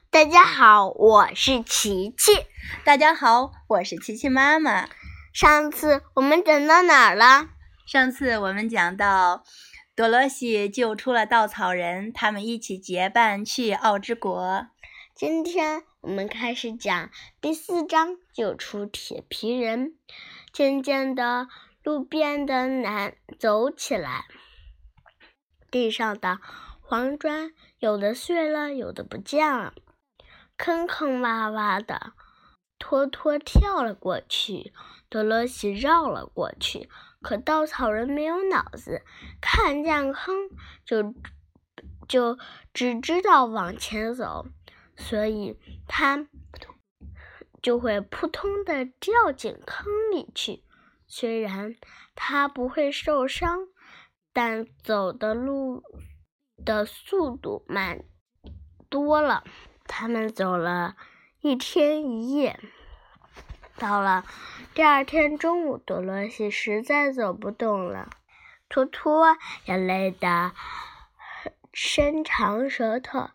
大家好，我是琪琪。 大家好，我是琪琪妈妈。 上次我们讲到哪儿了？ 上次我们讲到多罗西救出了稻草人，他们一起结伴去奥之国。 今天我们开始讲第4章，救出铁皮人。渐渐的，路变得难走起来，地上的黄砖有的碎了，有的不见了，坑坑洼洼的。托托跳了过去，多罗西绕了过去，可稻草人没有脑子，看见坑就只知道往前走，所以他就会扑通地掉进坑里去。虽然他不会受伤，但走的路的速度慢多了。他们走了1天1夜，到了第2天中午，多罗西实在走不动了，托托也累得伸长舌头，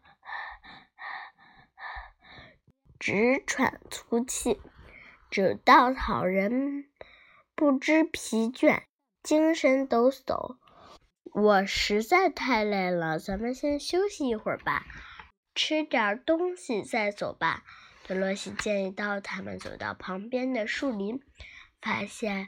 直喘粗气。只稻草人不知疲倦，精神抖擞。我实在太累了，咱们先休息一会儿吧，吃点东西再走吧。多罗西建议他们走到旁边的树林，发现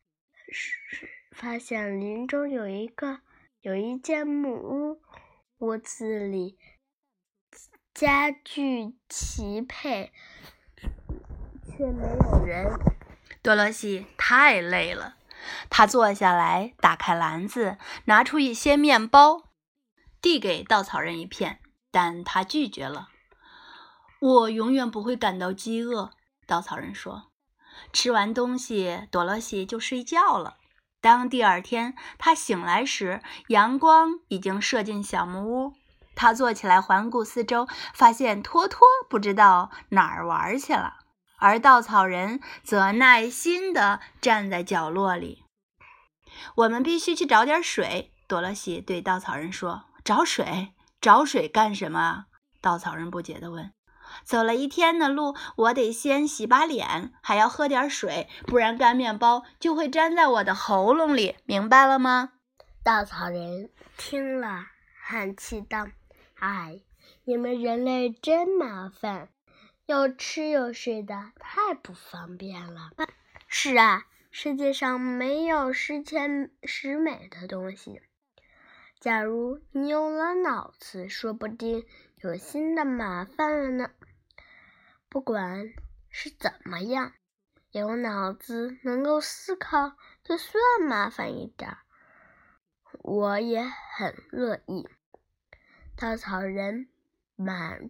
林中有一间木屋，屋子里家具齐备，却没有人。 多罗西太累了，他坐下来，打开篮子，拿出一些面包，递给稻草人一片，但他拒绝了。我永远不会感到饥饿，稻草人说。吃完东西，多罗西就睡觉了。当第2天他醒来时，阳光已经射进小木屋。他坐起来环顾四周，发现托托不知道哪儿玩去了，而稻草人则耐心地站在角落里。我们必须去找点水，多罗西对稻草人说。找水干什么啊？稻草人不解地问。走了1天的路，我得先洗把脸，还要喝点水，不然干面包就会粘在我的喉咙里，明白了吗？ 稻草人听了，叹气道：“哎，你们人类真麻烦，又吃又睡的，太不方便了。”是啊，世界上没有十全十美的东西。假如你有了脑子，说不定有新的麻烦了呢。不管是怎么样，有脑子能够思考，就算麻烦一点，我也很乐意。稻草人满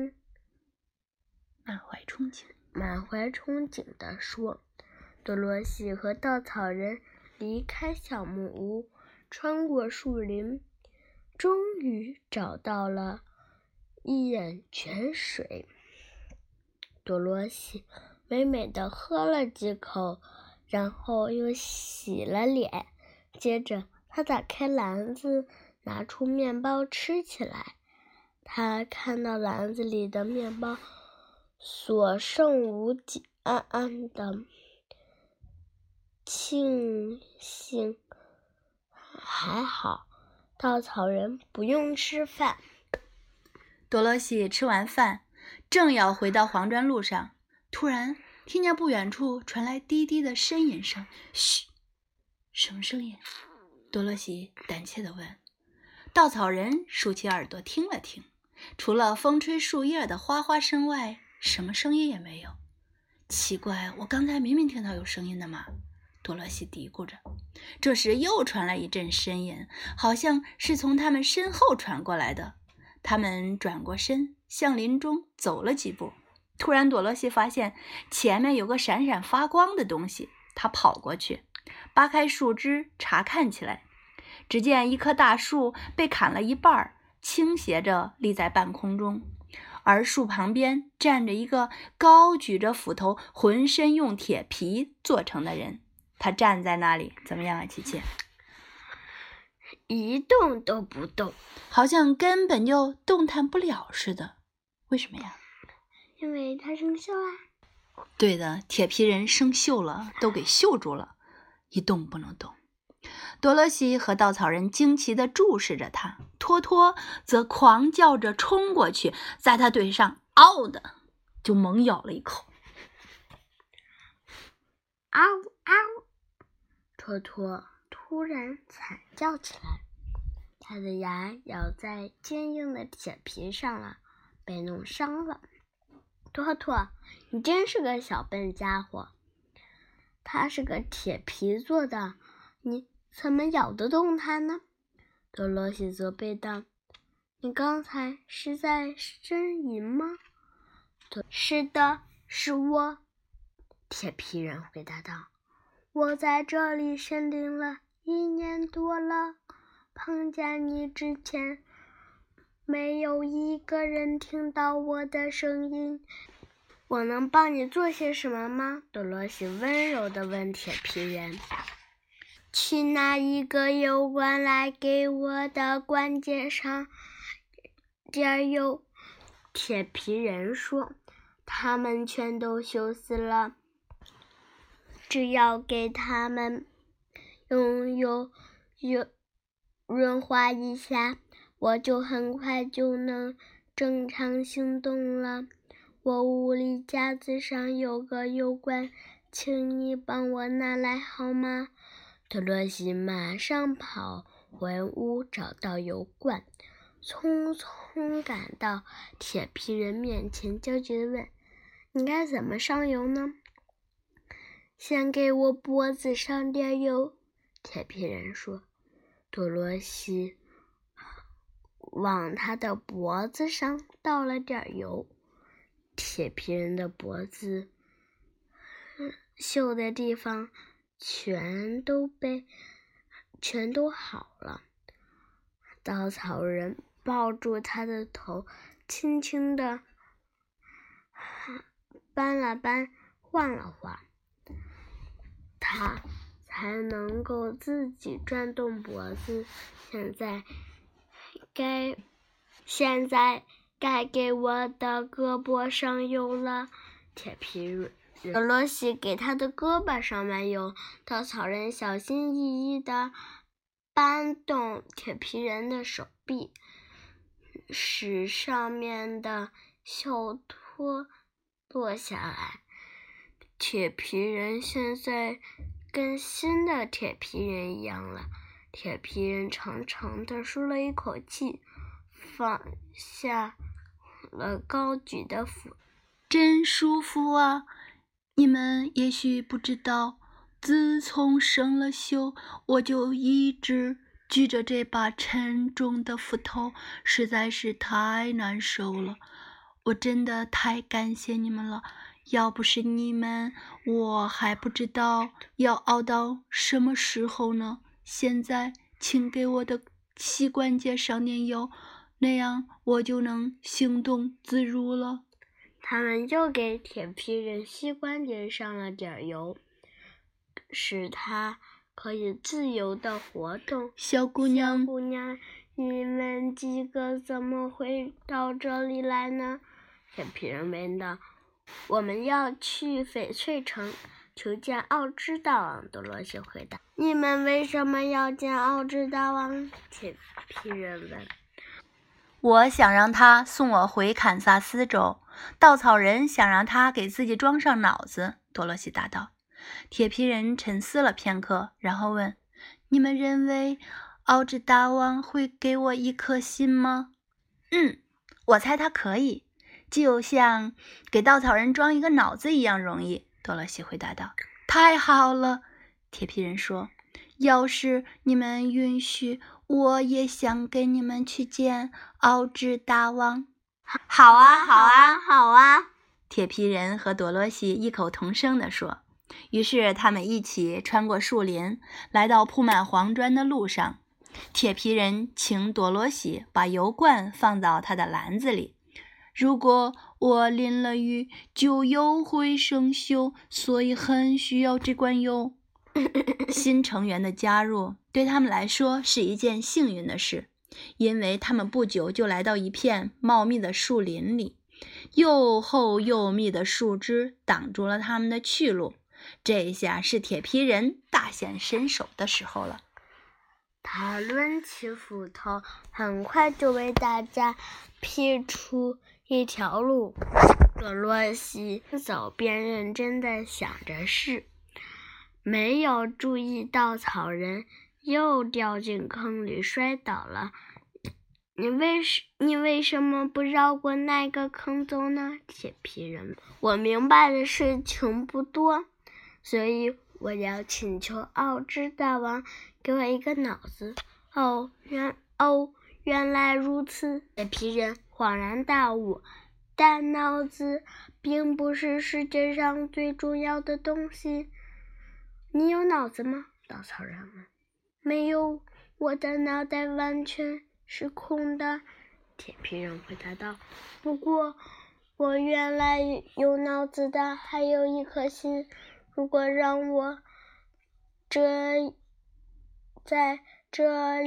怀憧憬地说。多罗西和稻草人离开小木屋，穿过树林，终于找到了一眼泉水。多罗西美美地喝了几口，然后又洗了脸。接着他打开篮子，拿出面包吃起来。他看到篮子里的面包所剩无几，暗暗的庆幸还好稻草人不用吃饭。 多罗西吃完饭，正要回到黄砖路上，突然听见不远处传来低低的呻吟声。嘘，什么声音？多罗西胆怯地问。稻草人竖起耳朵听了听，除了风吹树叶的哗哗声外，什么声音也没有。奇怪，我刚才明明听到有声音的嘛，多罗西嘀咕着。这时又传来一阵呻吟，好像是从他们身后传过来的。他们转过身，向林中走了几步。突然，多罗西发现前面有个闪闪发光的东西，他跑过去，扒开树枝查看起来。只见一棵大树被砍了一半，倾斜着立在半空中，而树旁边站着一个高举着斧头、浑身用铁皮做成的人。他站在那里，怎么样啊，琪琪？ 一动都不动， 好像根本就动弹不了似的。为什么呀？ 因为它生锈啦。 对的，铁皮人生锈了，都给锈住了，一动不能动。多萝西和稻草人惊奇地注视着他，托托则狂叫着冲过去，在他腿上“嗷”的就猛咬了一口。 嗷嗷！托托突然惨叫起来，他的牙咬在坚硬的铁皮上了，被弄伤了。托托，你真是个小笨家伙！它是个铁皮做的，你怎么咬得动它呢？多萝西责备道：“你刚才是在呻吟吗？”“是的，是我。”铁皮人回答道：“我在这里森林了1年多了，碰见你之前，没有一个人听到我的声音。我能帮你做些什么吗？”多萝西温柔地问铁皮人。“去拿一个油罐来，给我的关节上点油。”铁皮人说。“他们全都锈死了，只要给他们用油润滑一下，我就很快就能正常行动了。我屋里架子上有个油罐，请你帮我拿来好吗？”多萝西马上跑回屋，找到油罐，匆匆赶到铁皮人面前，焦急地问：“你该怎么上油呢？”“先给我脖子上点油。”铁皮人说。多萝西往他的脖子上倒了点油，铁皮人的脖子锈的地方全都好了。稻草人抱住他的头，轻轻地搬了搬，晃了晃，他才能够自己转动脖子。现在该给我的胳膊上油了。铁皮人多萝西给他的胳膊上满油，稻草人小心翼翼地搬动铁皮人的手臂，使上面的锈脱落下来。铁皮人现在跟新的铁皮人一样了。铁皮人长长地舒了一口气，放下了高举的斧。 真舒服啊！你们也许不知道，自从生了锈，我就一直举着这把沉重的斧头，实在是太难受了。我真的太感谢你们了，要不是你们，我还不知道要熬到什么时候呢。现在请给我的膝关节上点油，那样我就能行动自如了。 他们又给铁皮人膝关节上了点油，使他可以自由地活动。 小姑娘， 你们几个怎么会到这里来呢？铁皮人问道。“我们要去翡翠城求见奥兹大王。”多萝西回答。“你们为什么要见奥兹大王？”铁皮人问。 “我想让他送我回堪萨斯州，稻草人想让他给自己装上脑子。”多萝西答道。铁皮人沉思了片刻，然后问：“你们认为奥兹大王会给我一颗心吗？”“我猜他可以，就像给稻草人装一个脑子一样容易。”多萝西回答道。“太好了！”铁皮人说，“要是你们允许，我也想跟你们去见奥兹大王。”“好啊，好啊， 好啊！” 铁皮人和多萝西异口同声地说。于是他们一起穿过树林，来到铺满黄砖的路上。铁皮人请多萝西把油罐放到他的篮子里。“如果我淋了雨，就又会生锈，所以很需要这罐油。”新成员的加入对他们来说是一件幸运的事，因为他们不久就来到一片茂密的树林里。 又厚又密的树枝挡住了他们的去路。这下是铁皮人大显身手的时候了。 他抡起斧头，很快就为大家劈出一条路。多萝西走边认真地想着事，没有注意到草人又掉进坑里摔倒了。你为什么不绕过那个坑走呢？铁皮人，我明白的事情不多，所以我要请求奥兹大王给我一个脑子。原来如此。铁皮人恍然大悟，但脑子并不是世界上最重要的东西。你有脑子吗？稻草人问。没有，我的脑袋完全是空的。铁皮人回答道。不过我原来有脑子的，还有一颗心。如果让我在这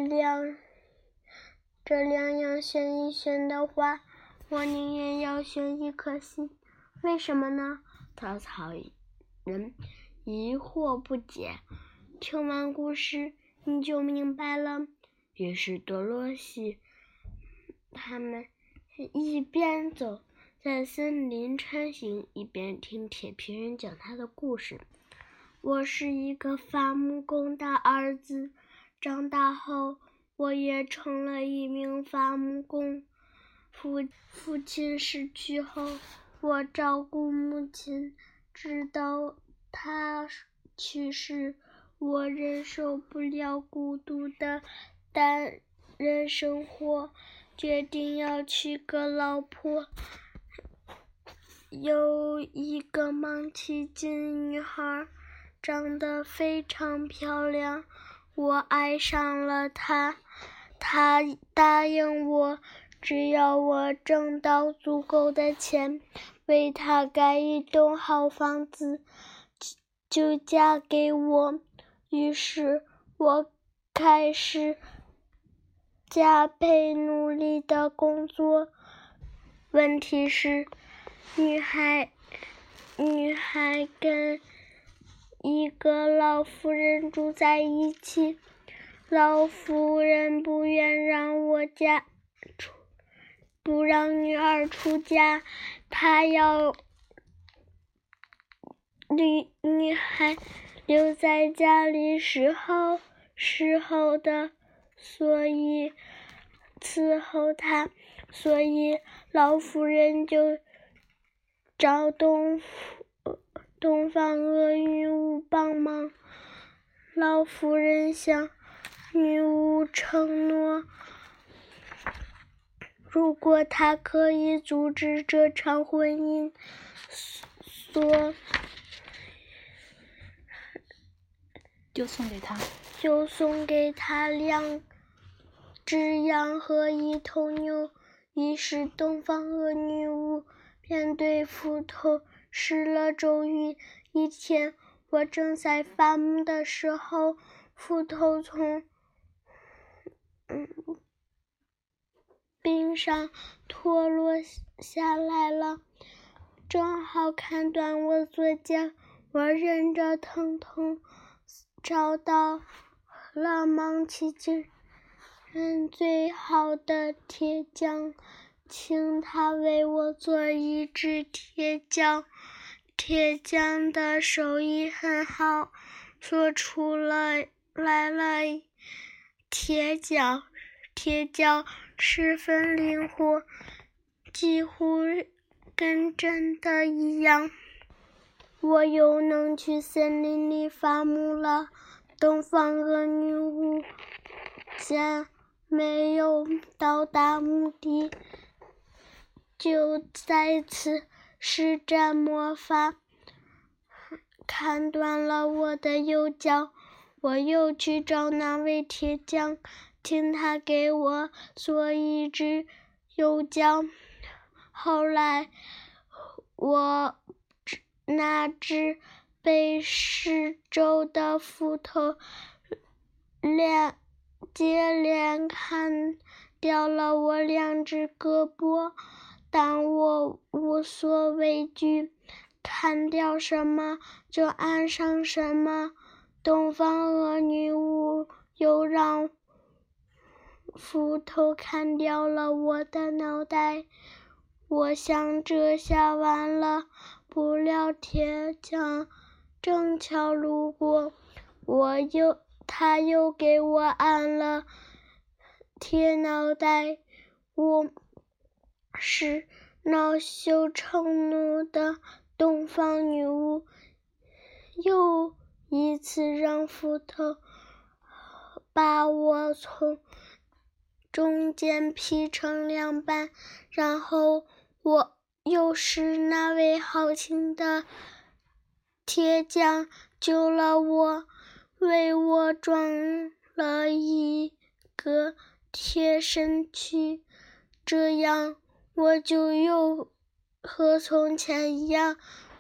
两样选一选的话，我宁愿要选一颗心。为什么呢？稻草人疑惑不解。听完故事你就明白了。于是多萝西他们一边走在森林穿行，一边听铁皮人讲他的故事。我是一个伐木工的儿子，长大后我也成了一名伐木工。父亲逝去后，我照顾母亲，直到他去世。我忍受不了孤独的单人生活，决定要娶个老婆。有一个芒奇金女孩，长得非常漂亮，我爱上了她。她答应我，只要我挣到足够的钱，为她盖一栋好房子，就嫁给我。于是我开始加倍努力的工作。问题是，女孩跟一个老妇人住在一起，老妇人不愿让不让女儿出家，她要女孩留在家里伺候的，所以伺候她，所以老妇人就找东方鹅女巫帮忙。老妇人向女巫承诺，如果她可以阻止这场婚姻， 就送给他2只羊和1头牛。于是东方鹅女巫便对斧头施了咒语。一天，我正在伐木的时候，斧头从柄上脱落下来了，正好砍断我左脚。我忍着疼痛找到了芒奇金人最好的铁匠，请他为我做一只铁匠。铁匠的手艺很好，做出来了铁脚十分灵活，几乎跟真的一样。我又能去森林里伐木了。东方鹅女巫家没有到达目的，就再次施展魔法，砍断了我的右脚。我又去找那位铁匠，请他给我做一只右脚。后来那只被施咒的斧头接连砍掉了我2只胳膊。当我无所畏惧，看掉什么就安上什么。东方恶女巫又让斧头砍掉了我的脑袋。我想这下完了，不料铁匠正巧路过，他又给我按了铁脑袋。我是恼羞成怒的东方女巫，又一次让斧头把我从中间劈成两半，然后我又是那位好心的铁匠救了我，为我装了一个铁身躯，这样我就又和从前一样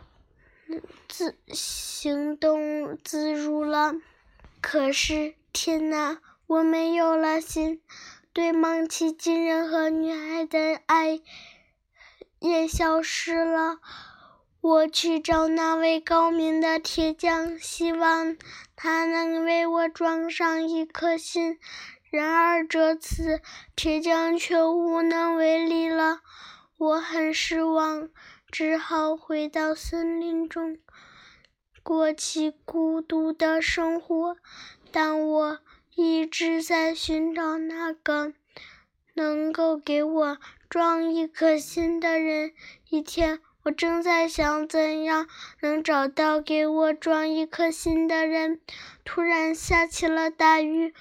行动自如了。可是天哪，我没有了心，对芒奇金人和女孩的爱也消失了。我去找那位高明的铁匠，希望他能为我装上一颗心。然而这次铁匠却无能为力了，我很失望，只好回到森林中过起孤独的生活。但我一直在寻找那个能够给我装一颗心的人。一天，我正在想怎样能找到给我装一颗心的人，突然下起了大雨。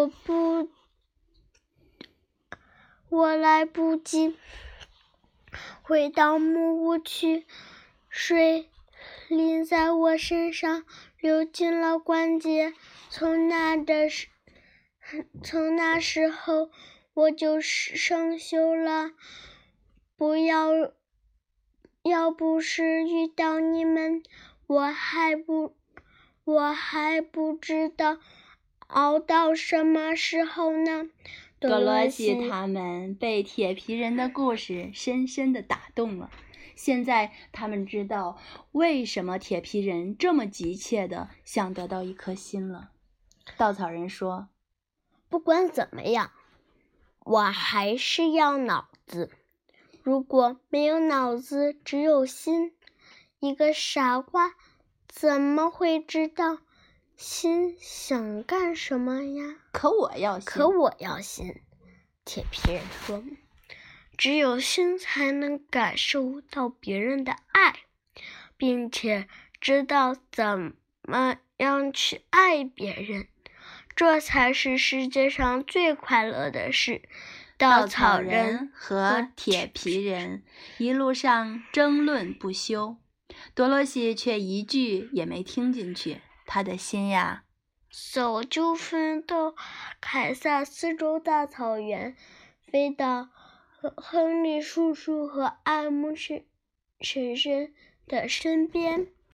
我来不及回到木屋去，水淋在我身上，流进了关节。从那时候我就生锈了。要不是遇到你们，我还不知道熬到什么时候呢。 多罗西他们被铁皮人的故事深深地打动了。现在他们知道为什么铁皮人这么急切地想得到一颗心了。稻草人说： 不管怎么样，我还是要脑子。如果没有脑子，只有心，一个傻瓜怎么会知道心想干什么呀？ 可我要心， 铁皮人说，只有心才能感受到别人的爱，并且知道怎么样去爱别人，这才是世界上最快乐的事。 稻草人和铁皮人一路上争论不休，多罗西却一句也没听进去。他的心呀， 早就飞到凯撒斯州大草原，飞到亨利叔叔和艾姆婶婶的身边。